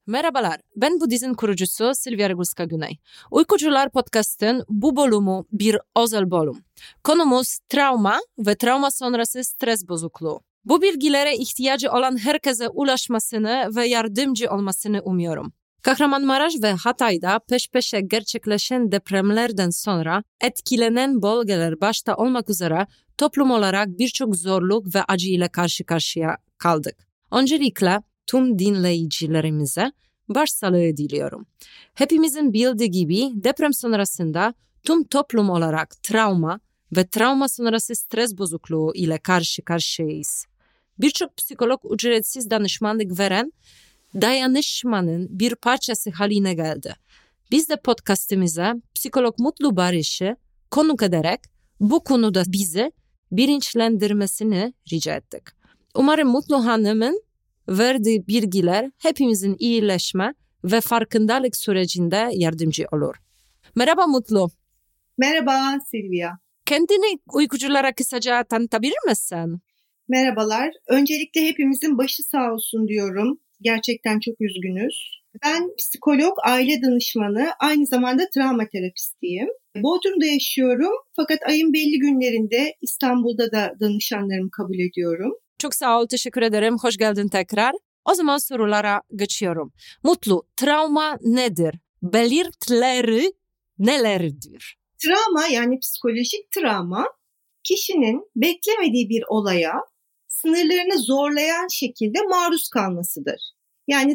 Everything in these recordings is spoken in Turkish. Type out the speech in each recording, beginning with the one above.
Merhabalar, ben bu dizinin kurucusu Silvia Regulska-Güney. Uykucular Podcast'ın bu bölümü bir özel bölüm. Konumuz travma ve travma sonrası stres bozukluğu. Bu bilgilere ihtiyacı olan herkese ulaşmasını ve yardımcı olmasını umuyorum. Kahramanmaraş ve Hatay'da peş peşe gerçekleşen depremlerden sonra etkilenen bölgeler başta olmak üzere toplum olarak birçok zorluk ve acı ile karşı karşıya kaldık. Öncelikle tüm dinleyicilerimize başsağlığı diliyorum. Hepimizin bildiği gibi deprem sonrasında tüm toplum olarak travma ve travma sonrası stres bozukluğu ile karşı karşıyayız. Birçok psikolog ücretsiz danışmanlık veren dayanışmanın bir parçası haline geldi. Biz de podcastimize psikolog Mutlu Barış'ı konuk ederek bu konuda bizi bilinçlendirmesini rica ettik. Umarım Mutlu Hanım'ın verdiği bilgiler hepimizin iyileşme ve farkındalık sürecinde yardımcı olur. Merhaba Mutlu. Merhaba Silvia. Kendini uykuculara kısaca tanıtabilir misin? Merhabalar. Öncelikle hepimizin başı sağ olsun diyorum. Gerçekten çok üzgünüz. Ben psikolog, aile danışmanı, aynı zamanda travma terapistiyim. Bodrum'da yaşıyorum fakat ayın belli günlerinde İstanbul'da da danışanlarımı kabul ediyorum. Çok sağ ol, teşekkür ederim. Hoş geldin tekrar. O zaman sorulara geçiyorum. Mutlu, travma nedir? Belirtileri nelerdir? Travma yani psikolojik travma, kişinin beklemediği bir olaya sınırlarını zorlayan şekilde maruz kalmasıdır. Yani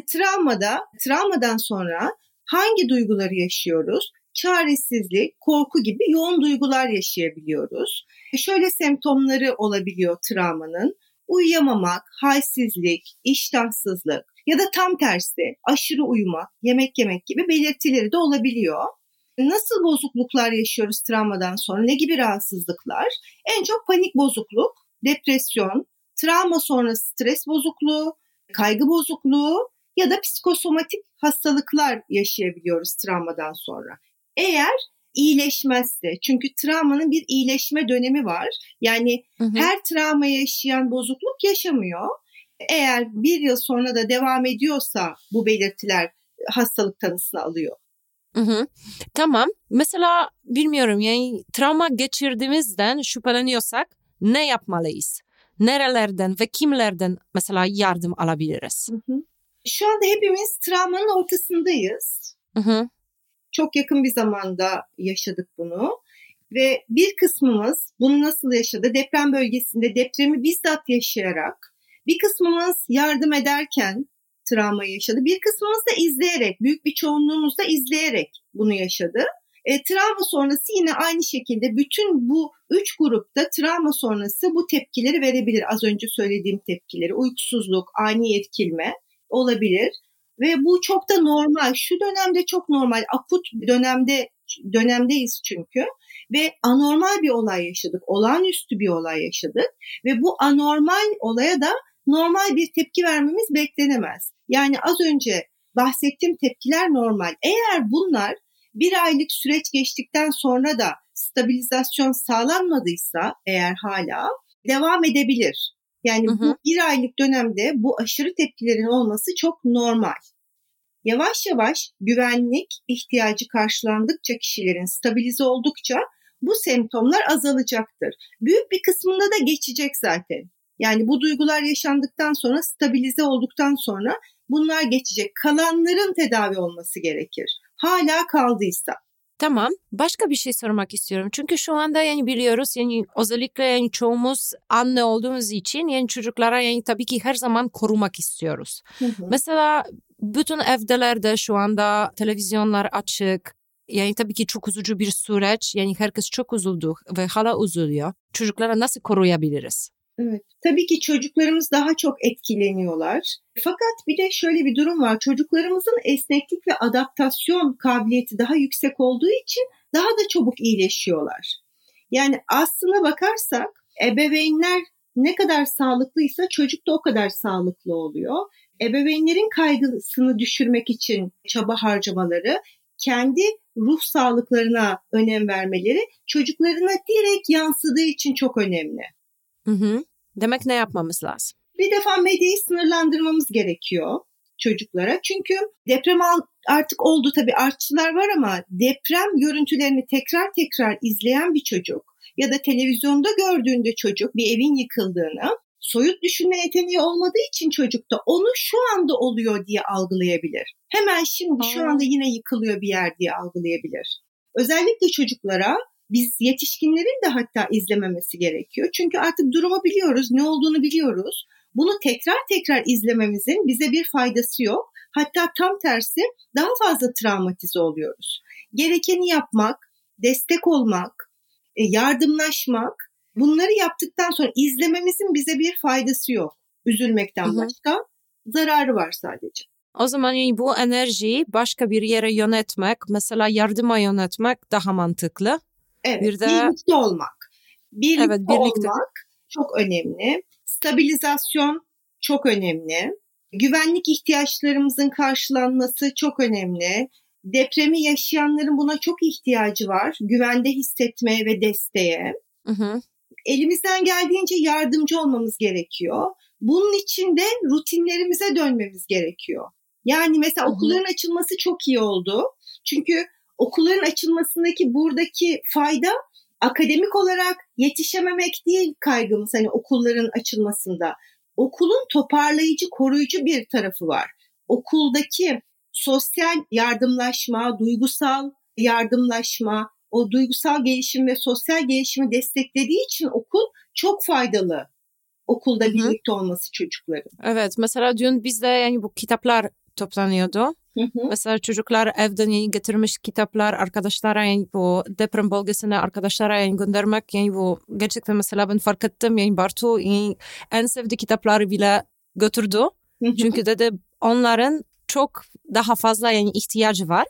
travmadan sonra hangi duyguları yaşıyoruz? Çaresizlik, korku gibi yoğun duygular yaşayabiliyoruz. Şöyle semptomları olabiliyor travmanın. Uyuyamamak, halsizlik, iştahsızlık ya da tam tersi aşırı uyumak, yemek yemek gibi belirtileri de olabiliyor. Nasıl bozukluklar yaşıyoruz travmadan sonra? Ne gibi rahatsızlıklar? En çok panik bozukluk, depresyon, travma sonrası stres bozukluğu, kaygı bozukluğu ya da psikosomatik hastalıklar yaşayabiliyoruz travmadan sonra. Eğer iyileşmezse, çünkü travmanın bir iyileşme dönemi var. Yani her travma yaşayan bozukluk yaşamıyor. Eğer bir yıl sonra da devam ediyorsa bu belirtiler hastalık tanısını alıyor. Tamam. Mesela bilmiyorum, yani travma geçirdiğimizden şüpheleniyorsak ne yapmalıyız? Nerelerden ve kimlerden mesela yardım alabiliriz? Şu anda hepimiz travmanın ortasındayız. Çok yakın bir zamanda yaşadık bunu. Ve bir kısmımız bunu nasıl yaşadı? Deprem bölgesinde depremi bizzat yaşayarak, bir kısmımız yardım ederken travmayı yaşadı. Bir kısmımız da izleyerek, büyük bir çoğunluğumuz da izleyerek bunu yaşadı. Travma sonrası yine aynı şekilde bütün bu 3 grupta travma sonrası bu tepkileri verebilir. Az önce söylediğim tepkileri, uykusuzluk, ani irkilme olabilir. Ve bu çok da normal. Şu dönemde çok normal. Akut dönemdeyiz çünkü. Ve anormal bir olay yaşadık. Olağanüstü bir olay yaşadık. Ve bu anormal olaya da normal bir tepki vermemiz beklenemez. Yani az önce bahsettiğim tepkiler normal. Eğer bunlar bir aylık süreç geçtikten sonra da stabilizasyon sağlanmadıysa eğer hala devam edebilir. Yani bu bir aylık dönemde bu aşırı tepkilerin olması çok normal. Yavaş yavaş güvenlik ihtiyacı karşılandıkça, kişilerin stabilize oldukça bu semptomlar azalacaktır. Büyük bir kısmında da geçecek zaten. Yani bu duygular yaşandıktan sonra, stabilize olduktan sonra bunlar geçecek. Kalanların tedavi olması gerekir. Hala kaldıysa. Tamam. Başka bir şey sormak istiyorum. Çünkü şu anda yani biliyoruz, yani özellikle yani çoğumuz anne olduğumuz için yani çocuklara yani tabii ki her zaman korumak istiyoruz. Mesela bütün evlerde şu anda televizyonlar açık. Yani tabii ki çok üzücü bir süreç. Yani herkes çok üzüldü ve hala üzülüyor. Çocuklara nasıl koruyabiliriz? Evet. Tabii ki çocuklarımız daha çok etkileniyorlar. Fakat bir de şöyle bir durum var. Çocuklarımızın esneklik ve adaptasyon kabiliyeti daha yüksek olduğu için daha da çabuk iyileşiyorlar. Yani aslına bakarsak ebeveynler ne kadar sağlıklıysa çocuk da o kadar sağlıklı oluyor. Ebeveynlerin kaygısını düşürmek için çaba harcamaları, kendi ruh sağlıklarına önem vermeleri çocuklarına direkt yansıdığı için çok önemli. Demek ne yapmamız lazım? Bir defa medyayı sınırlandırmamız gerekiyor. çocuklara. Çünkü deprem artık oldu, tabii artçılar var ama deprem görüntülerini tekrar tekrar izleyen bir çocuk ya da televizyonda gördüğünde çocuk bir evin yıkıldığını, soyut düşünme yeteneği olmadığı için çocukta onu şu anda oluyor diye algılayabilir. Hemen şimdi şu anda yine yıkılıyor bir yer diye algılayabilir. Özellikle çocuklara biz yetişkinlerin de hatta izlememesi gerekiyor. Çünkü artık durumu biliyoruz, ne olduğunu biliyoruz. Bunu tekrar tekrar izlememizin bize bir faydası yok. Hatta tam tersi daha fazla travmatize oluyoruz. Gerekeni yapmak, destek olmak, yardımlaşmak, bunları yaptıktan sonra izlememizin bize bir faydası yok. Üzülmekten başka zararı var sadece. O zaman yani bu enerjiyi başka bir yere yönetmek, mesela yardıma yönetmek daha mantıklı. Evet, birlikte olmak. Birlikte olmak çok önemli. Stabilizasyon çok önemli. Güvenlik ihtiyaçlarımızın karşılanması çok önemli. Depremi yaşayanların buna çok ihtiyacı var. Güvende hissetmeye ve desteğe. Elimizden geldiğince yardımcı olmamız gerekiyor. Bunun için de rutinlerimize dönmemiz gerekiyor. Yani mesela okulların açılması çok iyi oldu. Çünkü okulların açılmasındaki buradaki fayda akademik olarak yetişememek değil kaygımız hani okulların açılmasında. Okulun toparlayıcı, koruyucu bir tarafı var. Okuldaki sosyal yardımlaşma, duygusal yardımlaşma, o duygusal gelişim ve sosyal gelişimi desteklediği için okul çok faydalı. Okulda birlikte olması çocukların. Evet, mesela dün bizde yani bu kitaplar toplanıyordu. Mesela çocuklar evden yani getirmiş kitaplar arkadaşlara, yani bu deprem bölgesine arkadaşlara yani göndermek, yani bu gerçekten mesela ben fark ettim, yani Bartu yani en sevdiği kitapları bile götürdü. Çünkü dedi onların çok daha fazla yani ihtiyacı var.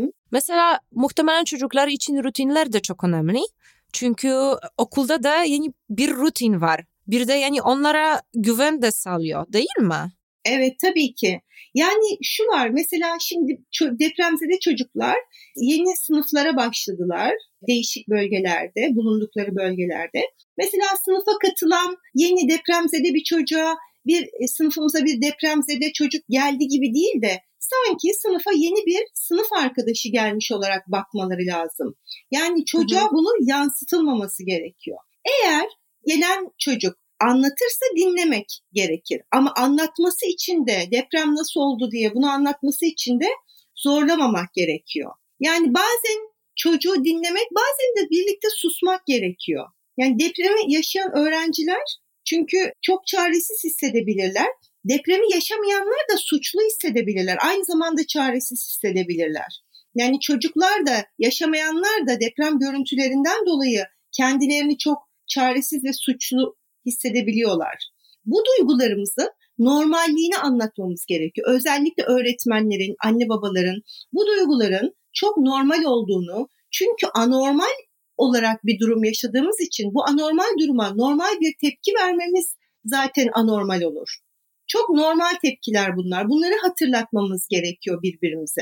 Mesela muhtemelen çocuklar için rutinler de çok önemli. Çünkü okulda da yani bir rutin var. Bir de yani onlara güven de sağlıyor, değil mi? Evet, tabii ki. Yani şu var, mesela şimdi depremzede çocuklar yeni sınıflara başladılar. Değişik bölgelerde, bulundukları bölgelerde. Mesela sınıfa katılan yeni depremzede bir çocuğa sınıfımıza bir depremzede çocuk geldi gibi değil de sanki sınıfa yeni bir sınıf arkadaşı gelmiş olarak bakmaları lazım. Yani çocuğa bunu yansıtılmaması gerekiyor. Eğer gelen çocuk anlatırsa dinlemek gerekir. Ama anlatması için de deprem nasıl oldu diye bunu anlatması için de zorlamamak gerekiyor. Yani bazen çocuğu dinlemek, bazen de birlikte susmak gerekiyor. Yani depremi yaşayan öğrenciler çünkü çok çaresiz hissedebilirler. Depremi yaşamayanlar da suçlu hissedebilirler. Aynı zamanda çaresiz hissedebilirler. Yani çocuklar da yaşamayanlar da deprem görüntülerinden dolayı kendilerini çok çaresiz ve suçlu hissedebiliyorlar. Bu duygularımızı normalliğini anlatmamız gerekiyor. Özellikle öğretmenlerin, anne babaların bu duyguların çok normal olduğunu, çünkü anormal olarak bir durum yaşadığımız için bu anormal duruma normal bir tepki vermemiz zaten anormal olur. Çok normal tepkiler bunlar. Bunları hatırlatmamız gerekiyor birbirimize.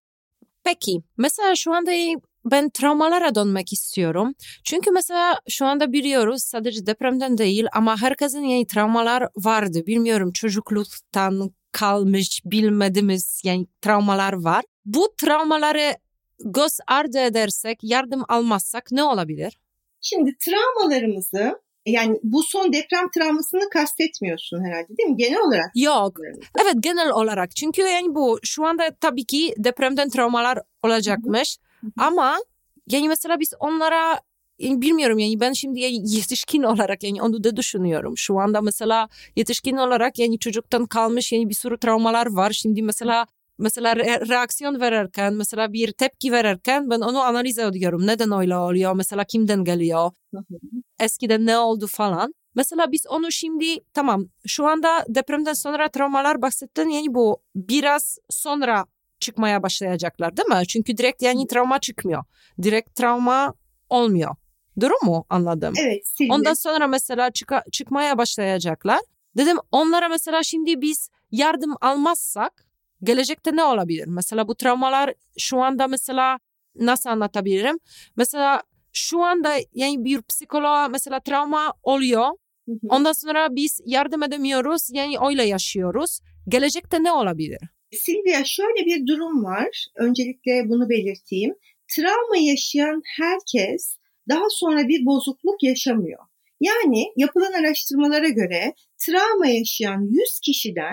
Peki, mesela şu anda ben travmalara dönmek istiyorum. Çünkü mesela şu anda biliyoruz sadece depremden değil ama herkesin yani travmalar vardı. Bilmiyorum, çocukluktan kalmış bilmediğimiz yani travmalar var. Bu travmaları göz ardı edersek, yardım almazsak ne olabilir? Şimdi travmalarımızı, yani bu son deprem travmasını kastetmiyorsun herhalde, değil mi? Genel olarak. Yok. Evet, genel olarak. Çünkü yani bu şu anda tabii ki depremden travmalar olacakmış. Ama yani mesela biz onlara yani bilmiyorum, yani ben şimdi yetişkin olarak yani onu da düşünüyorum. Şu anda mesela yetişkin olarak yani çocuktan kalmış yani bir sürü travmalar var. Şimdi mesela reaksiyon verirken, mesela bir tepki verirken ben onu analiz ediyorum. Neden öyle oluyor? Mesela kimden geliyor? Eskiden ne oldu falan. Mesela biz onu şimdi tamam şu anda depremden sonra travmalar bahsettin, yani bu biraz sonra çıkmaya başlayacaklar değil mi? Çünkü direkt yani travma çıkmıyor. Direkt travma olmuyor. Doğru mu anladım? Evet. Silme. Ondan sonra mesela çıkmaya başlayacaklar. Dedim onlara mesela şimdi biz yardım almazsak gelecekte ne olabilir? Mesela bu travmalar şu anda mesela nasıl anlatabilirim? Mesela şu anda yani bir psikoloğa mesela travma oluyor. Ondan sonra biz yardım edemiyoruz. Yani öyle yaşıyoruz. gelecekte ne olabilir? Silvia, şöyle bir durum var. Öncelikle bunu belirteyim. Travma yaşayan herkes daha sonra bir bozukluk yaşamıyor. Yani yapılan araştırmalara göre travma yaşayan 100 kişiden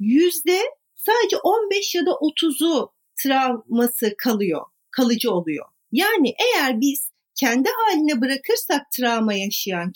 sadece 15 ya da 30'u travması kalıcı oluyor. Yani eğer biz kendi haline bırakırsak travma yaşayan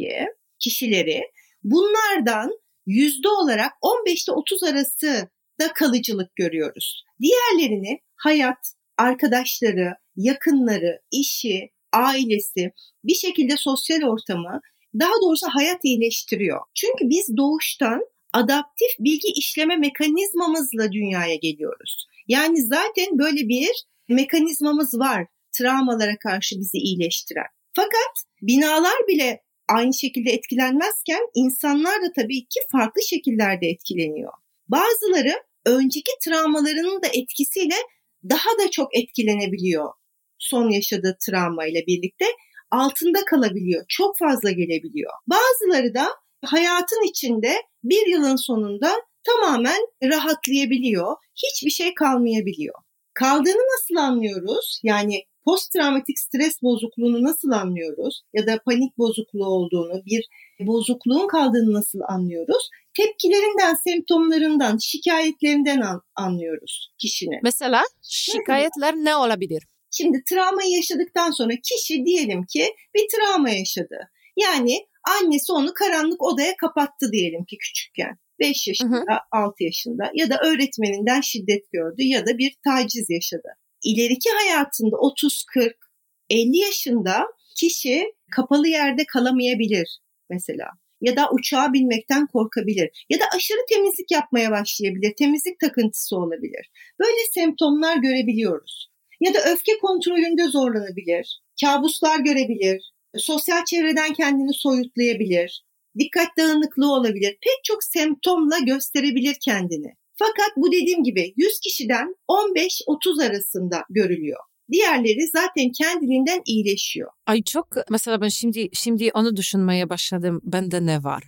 kişileri bunlardan yüzde olarak 15 ile 30 arası da kalıcılık görüyoruz. Diğerlerini hayat, arkadaşları, yakınları, işi, ailesi, bir şekilde sosyal ortamı, daha doğrusu hayat iyileştiriyor. Çünkü biz doğuştan adaptif bilgi işleme mekanizmamızla dünyaya geliyoruz. Yani zaten böyle bir mekanizmamız var travmalara karşı bizi iyileştiren. Fakat binalar bile aynı şekilde etkilenmezken insanlar da tabii ki farklı şekillerde etkileniyor. Bazıları önceki travmalarının da etkisiyle daha da çok etkilenebiliyor. Son yaşadığı travmayla birlikte altında kalabiliyor, çok fazla gelebiliyor. Bazıları da hayatın içinde bir yılın sonunda tamamen rahatlayabiliyor, hiçbir şey kalmayabiliyor. Kaldığını nasıl anlıyoruz? Yani post-travmatik stres bozukluğunu nasıl anlıyoruz? Ya da panik bozukluğu olduğunu, bir bozukluğun kaldığını nasıl anlıyoruz? Tepkilerinden, semptomlarından, şikayetlerinden anlıyoruz kişinin. Mesela şikayetler ne olabilir? Şimdi travmayı yaşadıktan sonra kişi diyelim ki bir travma yaşadı. Yani annesi onu karanlık odaya kapattı diyelim ki küçükken. 5 yaşında, 6 yaşında ya da öğretmeninden şiddet gördü ya da bir taciz yaşadı. İleriki hayatında 30, 40, 50 yaşında kişi kapalı yerde kalamayabilir mesela. Ya da uçağa binmekten korkabilir. Ya da aşırı temizlik yapmaya başlayabilir. Temizlik takıntısı olabilir. Böyle semptomlar görebiliyoruz. Ya da öfke kontrolünde zorlanabilir. Kabuslar görebilir. Sosyal çevreden kendini soyutlayabilir. Dikkat dağınıklığı olabilir. Pek çok semptomla gösterebilir kendini. Fakat bu dediğim gibi 100 kişiden 15-30 arasında görülüyor. Diğerleri zaten kendiliğinden iyileşiyor. Ay çok, mesela ben şimdi onu düşünmeye başladım. Bende ne var?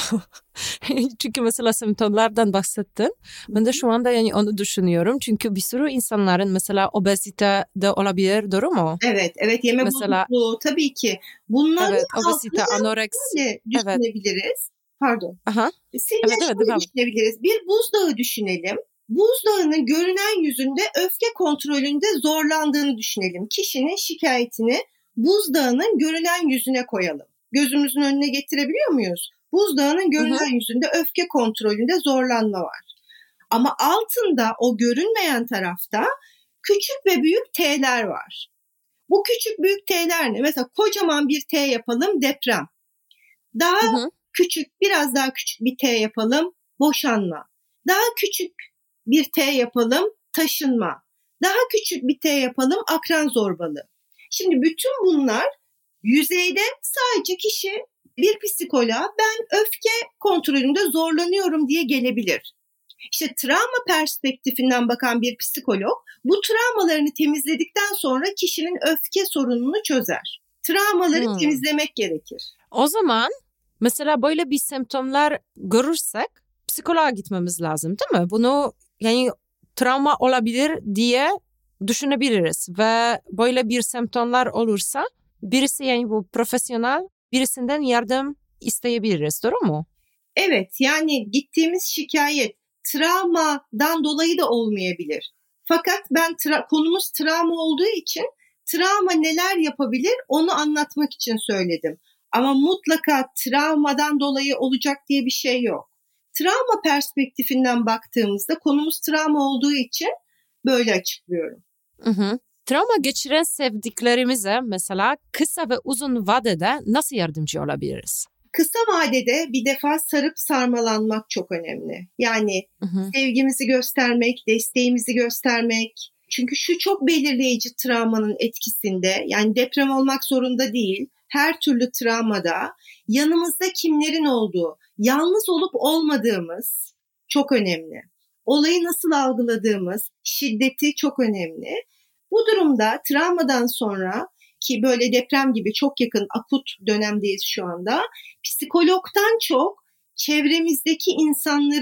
Çünkü mesela semptomlardan bahsettin. Ben de şu anda yani onu düşünüyorum. Çünkü bir sürü insanların mesela obezite de olabilir, doğru mu? Evet, yeme bozukluğu tabii ki. Bunların evet, obezite, anoreksi. düşünebiliriz. Evet. Pardon. Aha. Evet, düşünebiliriz. Bir buzdağı düşünelim. Buzdağının görünen yüzünde öfke kontrolünde zorlandığını düşünelim. Kişinin şikayetini buzdağının görünen yüzüne koyalım. Gözümüzün önüne getirebiliyor muyuz? Buzdağının görünen yüzünde öfke kontrolünde zorlanma var. Ama altında, o görünmeyen tarafta küçük ve büyük T'ler var. Bu küçük büyük T'ler ne? Mesela kocaman bir T yapalım, deprem. Daha küçük, biraz daha küçük bir T yapalım, boşanma. Daha küçük bir T yapalım, taşınma. Daha küçük bir T yapalım, akran zorbalığı. Şimdi bütün bunlar yüzeyde sadece kişi bir psikoloğa ben öfke kontrolünde zorlanıyorum diye gelebilir. İşte travma perspektifinden bakan bir psikolog bu travmalarını temizledikten sonra kişinin öfke sorununu çözer. Travmaları temizlemek gerekir. O zaman mesela böyle bir semptomlar görürsek psikoloğa gitmemiz lazım, değil mi? Bunu yani travma olabilir diye düşünebiliriz ve böyle bir semptomlar olursa birisi, yani bu profesyonel birisinden yardım isteyebiliriz, doğru mu? Evet, yani gittiğimiz şikayet travmadan dolayı da olmayabilir. Fakat ben konumuz travma olduğu için travma neler yapabilir onu anlatmak için söyledim. Ama mutlaka travmadan dolayı olacak diye bir şey yok. Travma perspektifinden baktığımızda konumuz travma olduğu için böyle açıklıyorum. Travma geçiren sevdiklerimize mesela kısa ve uzun vadede nasıl yardımcı olabiliriz? Kısa vadede bir defa sarıp sarmalanmak çok önemli. Yani sevgimizi göstermek, desteğimizi göstermek. Çünkü şu çok belirleyici travmanın etkisinde, yani deprem olmak zorunda değil, her türlü travmada yanımızda kimlerin olduğu, yalnız olup olmadığımız çok önemli. Olayı nasıl algıladığımız, şiddeti çok önemli. Bu durumda travmadan sonra, ki böyle deprem gibi çok yakın akut dönemdeyiz şu anda, psikologdan çok çevremizdeki insanların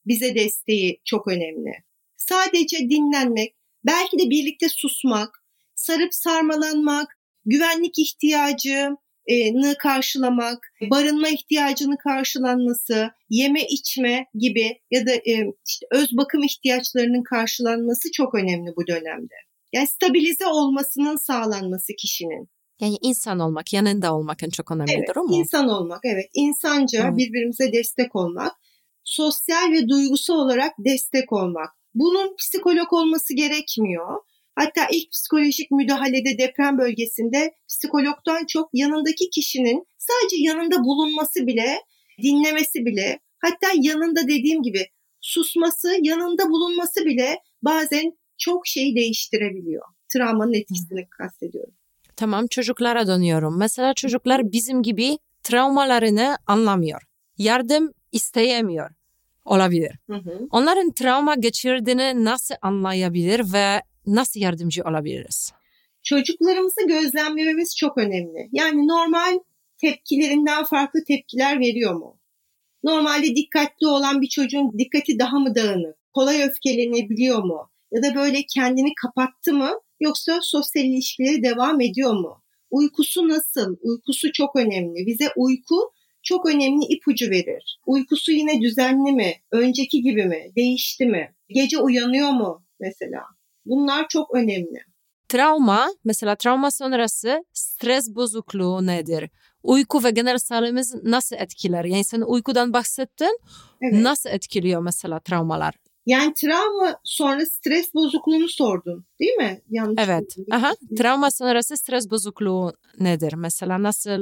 bize desteği çok önemli. Sadece dinlenmek, belki de birlikte susmak, sarıp sarmalanmak, güvenlik ihtiyacını karşılamak, barınma ihtiyacını karşılanması, yeme içme gibi ya da işte öz bakım ihtiyaçlarının karşılanması çok önemli bu dönemde. Yani stabilize olmasının sağlanması kişinin. Yani insan olmak, yanında olmak en çok önemlidir, evet, o mu? İnsan olmak, evet. İnsanca birbirimize destek olmak, sosyal ve duygusal olarak destek olmak. Bunun psikolog olması gerekmiyor. Hatta ilk psikolojik müdahalede deprem bölgesinde psikologdan çok yanındaki kişinin sadece yanında bulunması bile, dinlemesi bile, hatta yanında dediğim gibi susması, yanında bulunması bile bazen çok şeyi değiştirebiliyor. Travmanın etkisini kastediyorum. Tamam, çocuklara dönüyorum. Mesela çocuklar bizim gibi travmalarını anlamıyor. Yardım isteyemiyor olabilir. Onların travma geçirdiğini nasıl anlayabilir ve nasıl yardımcı olabiliriz? Çocuklarımızı gözlemlememiz çok önemli. Yani normal tepkilerinden farklı tepkiler veriyor mu? Normalde dikkatli olan bir çocuğun dikkati daha mı dağınık? Kolay öfkelenebiliyor mu? Ya da böyle kendini kapattı mı? Yoksa sosyal ilişkileri devam ediyor mu? Uykusu nasıl? Uykusu çok önemli. Bize uyku çok önemli ipucu verir. Uykusu yine düzenli mi? Önceki gibi mi? Değişti mi? Gece uyanıyor mu mesela? Bunlar çok önemli. Mesela travma sonrası stres bozukluğu nedir? Uyku ve genel sağlığımız nasıl etkiler? Yani sen uykudan bahsettin. Evet. Nasıl etkiliyor mesela travmalar? Yani travma sonra stres bozukluğunu sordun, değil mi? Yanlış evet. Travma sonrası stres bozukluğu nedir? Mesela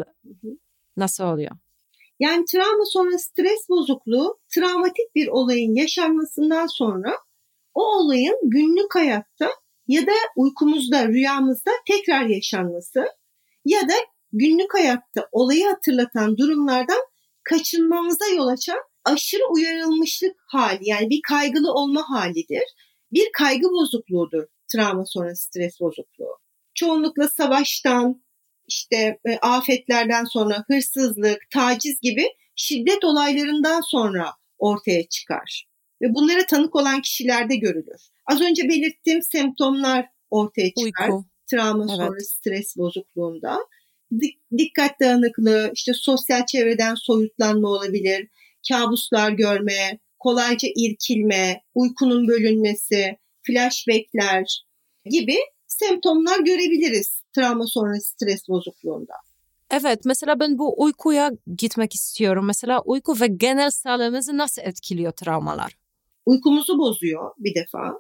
nasıl oluyor? Yani travma sonra stres bozukluğu travmatik bir olayın yaşanmasından sonra o olayın günlük hayatta ya da uykumuzda, rüyamızda tekrar yaşanması ya da günlük hayatta olayı hatırlatan durumlardan kaçınmamıza yol açan aşırı uyarılmışlık hali, yani bir kaygılı olma halidir. Bir kaygı bozukluğudur travma sonrası stres bozukluğu. Çoğunlukla savaştan, işte afetlerden sonra hırsızlık, taciz gibi şiddet olaylarından sonra ortaya çıkar. Ve bunlara tanık olan kişilerde görülür. Az önce belirttiğim semptomlar ortaya çıkar. Uyku. Travma sonrası stres bozukluğunda. Dikkat dağınıklığı, işte sosyal çevreden soyutlanma olabilir, kabuslar görme, kolayca irkilme, uykunun bölünmesi, flashbackler gibi semptomlar görebiliriz travma sonrası stres bozukluğunda. Evet, mesela ben bu uykuya gitmek istiyorum. Mesela uyku ve genel sağlığımızı nasıl etkiliyor travmalar? Uykumuzu bozuyor bir defa.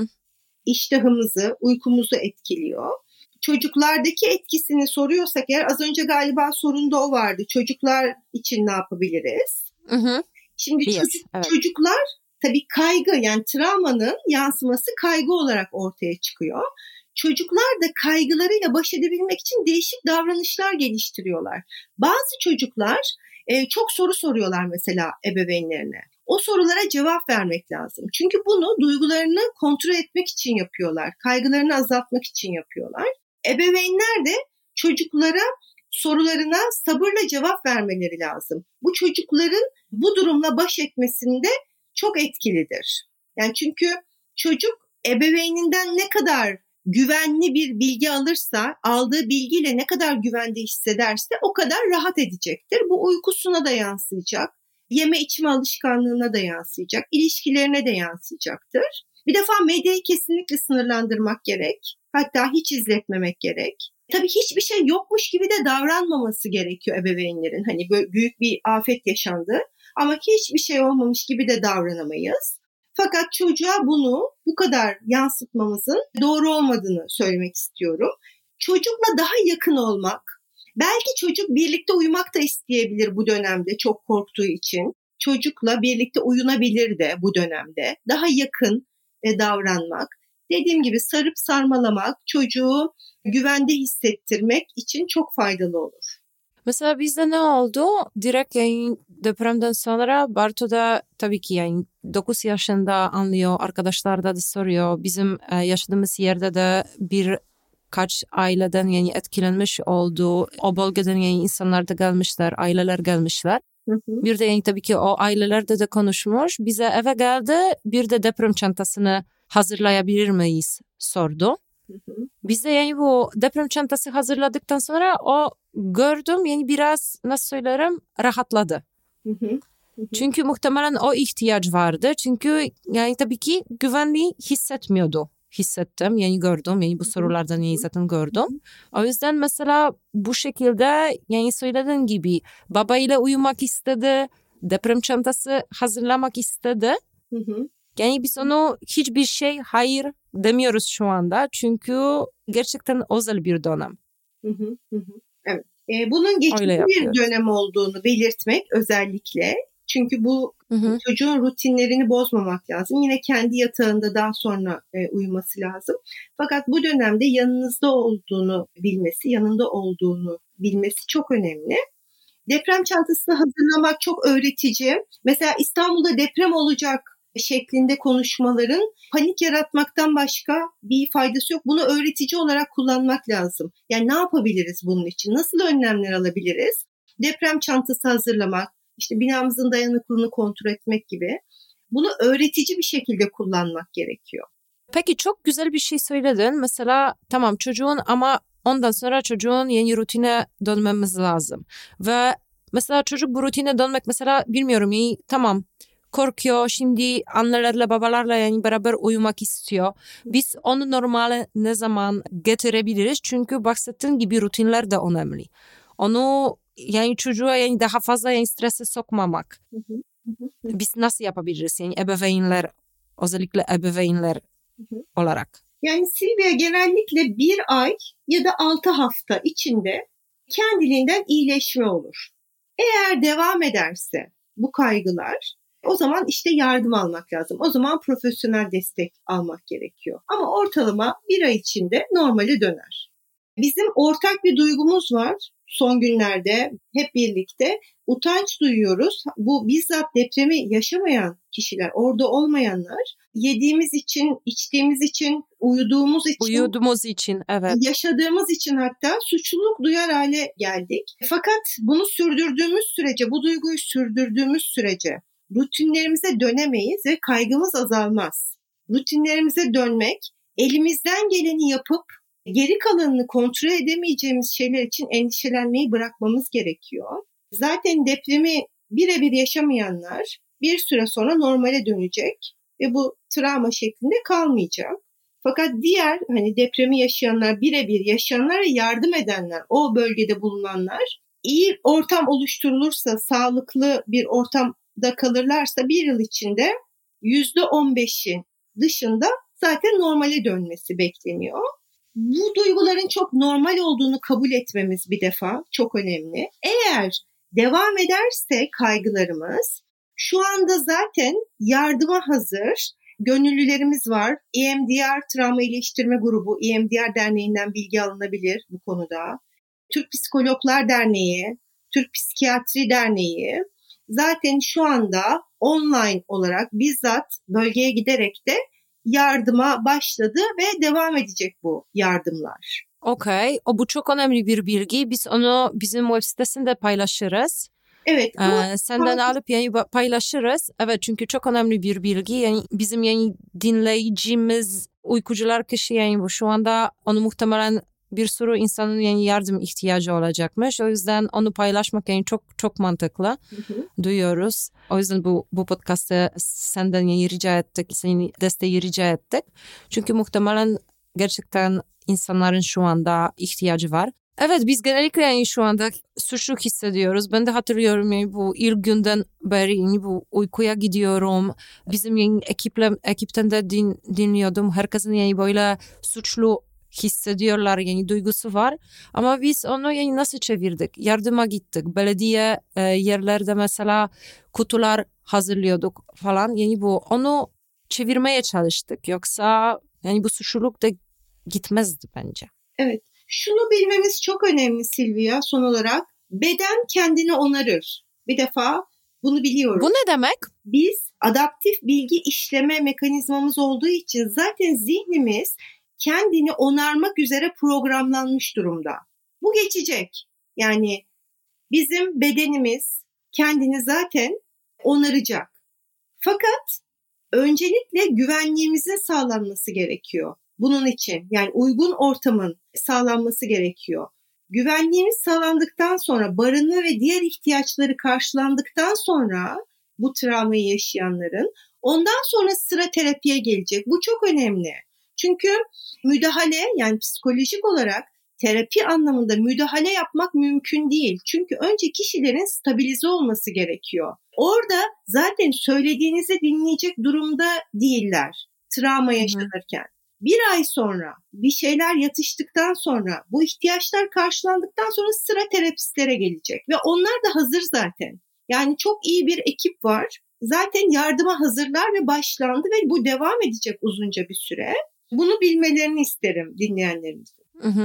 İştahımızı, uykumuzu etkiliyor. Çocuklardaki etkisini soruyorsak eğer, az önce galiba sorunda o vardı. Çocuklar için ne yapabiliriz? Şimdi çocuklar tabii kaygı, yani travmanın yansıması kaygı olarak ortaya çıkıyor. Çocuklar da kaygılarıyla baş edebilmek için değişik davranışlar geliştiriyorlar. Bazı çocuklar çok soru soruyorlar mesela ebeveynlerine. O sorulara cevap vermek lazım. Çünkü bunu duygularını kontrol etmek için yapıyorlar. Kaygılarını azaltmak için yapıyorlar. Ebeveynler de çocuklara sorularına sabırla cevap vermeleri lazım. Bu çocukların bu durumla baş etmesinde çok etkilidir. Yani çünkü çocuk ebeveyninden ne kadar güvenli bir bilgi alırsa, aldığı bilgiyle ne kadar güvende hissederse o kadar rahat edecektir. Bu uykusuna da yansıyacak, yeme içme alışkanlığına da yansıyacak, ilişkilerine de yansıyacaktır. Bir defa medyayı kesinlikle sınırlandırmak gerek. Hatta hiç izletmemek gerek. Tabii hiçbir şey yokmuş gibi de davranmaması gerekiyor ebeveynlerin. Hani böyle büyük bir afet yaşandı ama hiçbir şey olmamış gibi de davranamayız. Fakat çocuğa bunu bu kadar yansıtmamızın doğru olmadığını söylemek istiyorum. Çocukla daha yakın olmak, belki çocuk birlikte uyumak da isteyebilir bu dönemde çok korktuğu için. Çocukla birlikte uyunabilir de bu dönemde. Daha yakın davranmak, dediğim gibi sarıp sarmalamak, çocuğu güvende hissettirmek için çok faydalı olur. Mesela bizde ne oldu? Direkt yani depremden sonra Bartu'da tabii ki yani 9 yaşında anlıyor, arkadaşlar da soruyor. Bizim yaşadığımız yerde de birkaç aileden yani etkilenmiş oldu. O bölgeden yani insanlar da gelmişler, aileler gelmişler. Bir de yani tabii ki o ailelerde de konuşmuş. Bize eve geldi, bir de deprem çantasını hazırlayabilir miyiz sordu. Biz de yani bu deprem çantası hazırladıktan sonra o gördüm yani biraz nasıl söylerim rahatladı. Çünkü muhtemelen o ihtiyaç vardı. Çünkü yani tabii ki güvenli hissetmiyordu. Hissettim yani gördüm yani bu sorulardan yani zaten gördüm. O yüzden mesela bu şekilde yani söylediğin gibi babayla uyumak istedi. Deprem çantası hazırlamak istedi. Yani biz onu hiçbir şey hayır demiyoruz şu anda. Çünkü gerçekten özel bir dönem. Evet. Bunun geçici bir dönem olduğunu belirtmek özellikle. Çünkü bu çocuğun rutinlerini bozmamak lazım. Yine kendi yatağında daha sonra uyuması lazım. Fakat bu dönemde yanınızda olduğunu bilmesi, yanında olduğunu bilmesi çok önemli. Deprem çantasını hazırlamak çok öğretici. Mesela İstanbul'da deprem olacak şeklinde konuşmaların panik yaratmaktan başka bir faydası yok. Bunu öğretici olarak kullanmak lazım. Yani ne yapabiliriz bunun için? Nasıl önlemler alabiliriz? Deprem çantası hazırlamak, işte binamızın dayanıklılığını kontrol etmek gibi. Bunu öğretici bir şekilde kullanmak gerekiyor. Peki çok güzel bir şey söyledin. Mesela tamam çocuğun ama ondan sonra çocuğun yeni rutine dönmemiz lazım. Ve mesela çocuk bu rutine dönmek mesela bilmiyorum yani tamam korkuyor şimdi annelerle babalarla yani beraber uyumak istiyor. Biz onu normale ne zaman getirebiliriz? Çünkü bahsettiğin gibi rutinler de önemli. Onu yani çocuğa yani daha fazla yani strese sokmamak. Biz nasıl yapabiliriz yani ebeveynler özellikle ebeveynler olarak? Yani Silvia genellikle 1 ay ya da 6 hafta içinde kendiliğinden iyileşme olur. Eğer devam ederse bu kaygılar o zaman işte yardım almak lazım. O zaman profesyonel destek almak gerekiyor. Ama ortalama 1 ay içinde normale döner. Bizim ortak bir duygumuz var. Son günlerde hep birlikte utanç duyuyoruz. Bu bizzat depremi yaşamayan kişiler, orada olmayanlar yediğimiz için, içtiğimiz için, uyuduğumuz için, evet. Yaşadığımız için hatta suçluluk duyar hale geldik. Fakat bunu sürdürdüğümüz sürece, bu duyguyu sürdürdüğümüz sürece rutinlerimize dönemeyiz ve kaygımız azalmaz. Rutinlerimize dönmek, elimizden geleni yapıp geri kalanını kontrol edemeyeceğimiz şeyler için endişelenmeyi bırakmamız gerekiyor. Zaten depremi birebir yaşamayanlar bir süre sonra normale dönecek ve bu travma şeklinde kalmayacak. Fakat diğer hani depremi yaşayanlar, birebir yaşayanlar ve yardım edenler, o bölgede bulunanlar iyi ortam oluşturulursa, sağlıklı bir ortamda kalırlarsa 1 yıl içinde %15'in dışında zaten normale dönmesi bekleniyor. Bu duyguların çok normal olduğunu kabul etmemiz bir defa çok önemli. Eğer devam ederse kaygılarımız, şu anda zaten yardıma hazır gönüllülerimiz var. EMDR Travma İyileştirme Grubu, EMDR Derneği'nden bilgi alınabilir bu konuda. Türk Psikologlar Derneği, Türk Psikiyatri Derneği zaten şu anda online olarak bizzat bölgeye giderek de yardıma başladı ve devam edecek bu yardımlar. Okay, bu çok önemli bir bilgi. Biz onu bizim web sitesinde paylaşırız. Evet. Senden alıp yani paylaşırız. Evet çünkü çok önemli bir bilgi. Yani bizim yani dinleyicimiz uykucular kişi yani bu şu anda onu muhtemelen bir sürü insanın yani yardım ihtiyacı olacakmış. O yüzden onu paylaşmak yani çok çok mantıklı. Duyuyoruz. O yüzden bu podcast'ı senden yani rica ettik. Senin desteği rica ettik. Çünkü muhtemelen gerçekten insanların şu anda ihtiyacı var. Evet biz genellikle yani şu anda suçlu hissediyoruz. Ben de hatırlıyorum yani bu ilk günden beri yani bu uykuya gidiyorum. Bizim yani ekipten de dinliyordum. Herkesin yani böyle suçlu hissediyorlar yani duygusu var. Ama biz onu yani nasıl çevirdik? Yardıma gittik. Belediye yerlerde mesela kutular hazırlıyorduk falan. Yani onu çevirmeye çalıştık. Yoksa yani bu suçluluk da gitmezdi bence. Evet. Şunu bilmemiz çok önemli Silvia son olarak. Beden kendini onarır. Bir defa bunu biliyoruz. Bu ne demek? Biz adaptif bilgi işleme mekanizmamız olduğu için zaten zihnimiz kendini onarmak üzere programlanmış durumda. Bu geçecek. Yani bizim bedenimiz kendini zaten onaracak. Fakat öncelikle güvenliğimizin sağlanması gerekiyor. Bunun için yani uygun ortamın sağlanması gerekiyor. Güvenliğimiz sağlandıktan sonra, barınma ve diğer ihtiyaçları karşılandıktan sonra bu travmayı yaşayanların, ondan sonra sıra terapiye gelecek. Bu çok önemli. Çünkü müdahale, yani psikolojik olarak terapi anlamında müdahale yapmak mümkün değil. Çünkü önce kişilerin stabilize olması gerekiyor. Orada zaten söylediğinizi dinleyecek durumda değiller travma yaşanırken. Bir ay sonra bir şeyler yatıştıktan sonra, bu ihtiyaçlar karşılandıktan sonra sıra terapistlere gelecek. Ve onlar da hazır zaten. Yani çok iyi bir ekip var. Zaten yardıma hazırlar ve başlandı ve bu devam edecek uzunca bir süre. Bunu bilmelerini isterim dinleyenlerimizin.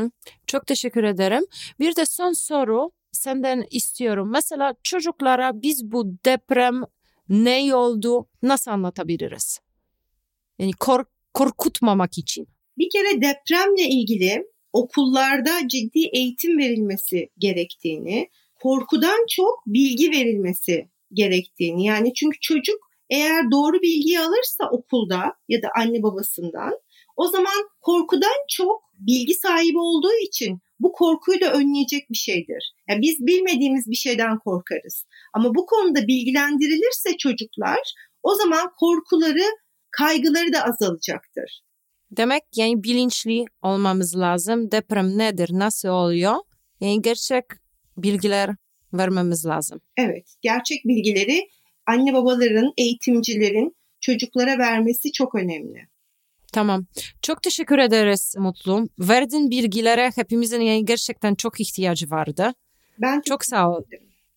Çok teşekkür ederim. Bir de son soru senden istiyorum. Mesela çocuklara biz bu deprem ne oldu nasıl anlatabiliriz? Yani korkutmamak için. Bir kere depremle ilgili okullarda ciddi eğitim verilmesi gerektiğini, korkudan çok bilgi verilmesi gerektiğini. Yani çünkü çocuk eğer doğru bilgiyi alırsa okulda ya da anne babasından, o zaman korkudan çok bilgi sahibi olduğu için bu korkuyu da önleyecek bir şeydir. Yani biz bilmediğimiz bir şeyden korkarız. Ama bu konuda bilgilendirilirse çocuklar, o zaman korkuları, kaygıları da azalacaktır. Demek yani bilinçli olmamız lazım. Deprem nedir, nasıl oluyor? Yani gerçek bilgiler vermemiz lazım. Evet, gerçek bilgileri anne babaların, eğitimcilerin çocuklara vermesi çok önemli. Tamam. Çok teşekkür ederiz Mutlu. Verdiğin bilgilere hepimizin yani gerçekten çok ihtiyacı vardı. Çok sağ ol.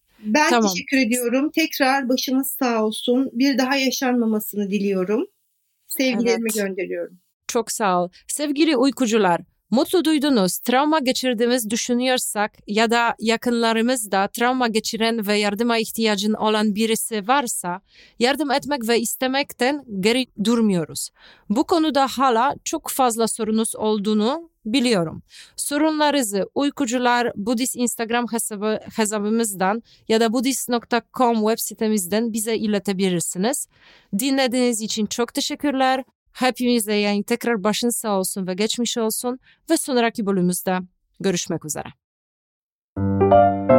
Ben teşekkür ediyorum. Tekrar başımız sağ olsun. Bir daha yaşanmamasını diliyorum. Sevgilerimi gönderiyorum. Çok sağ ol. Sevgili uykucular, mutlu duydunuz. Travma geçirdiğimiz düşünüyorsak ya da yakınlarımızda travma geçiren ve yardıma ihtiyacın olan birisi varsa yardım etmek ve istemekten geri durmuyoruz. Bu konuda hala çok fazla sorunuz olduğunu biliyorum. Sorunlarınızı Uykucular Budist Instagram hesabımızdan ya da budist.com web sitemizden bize iletebilirsiniz. Dinlediğiniz için çok teşekkürler. Hepimize yani tekrar başın sağ olsun ve geçmiş olsun ve sonraki bölümümüzde görüşmek üzere.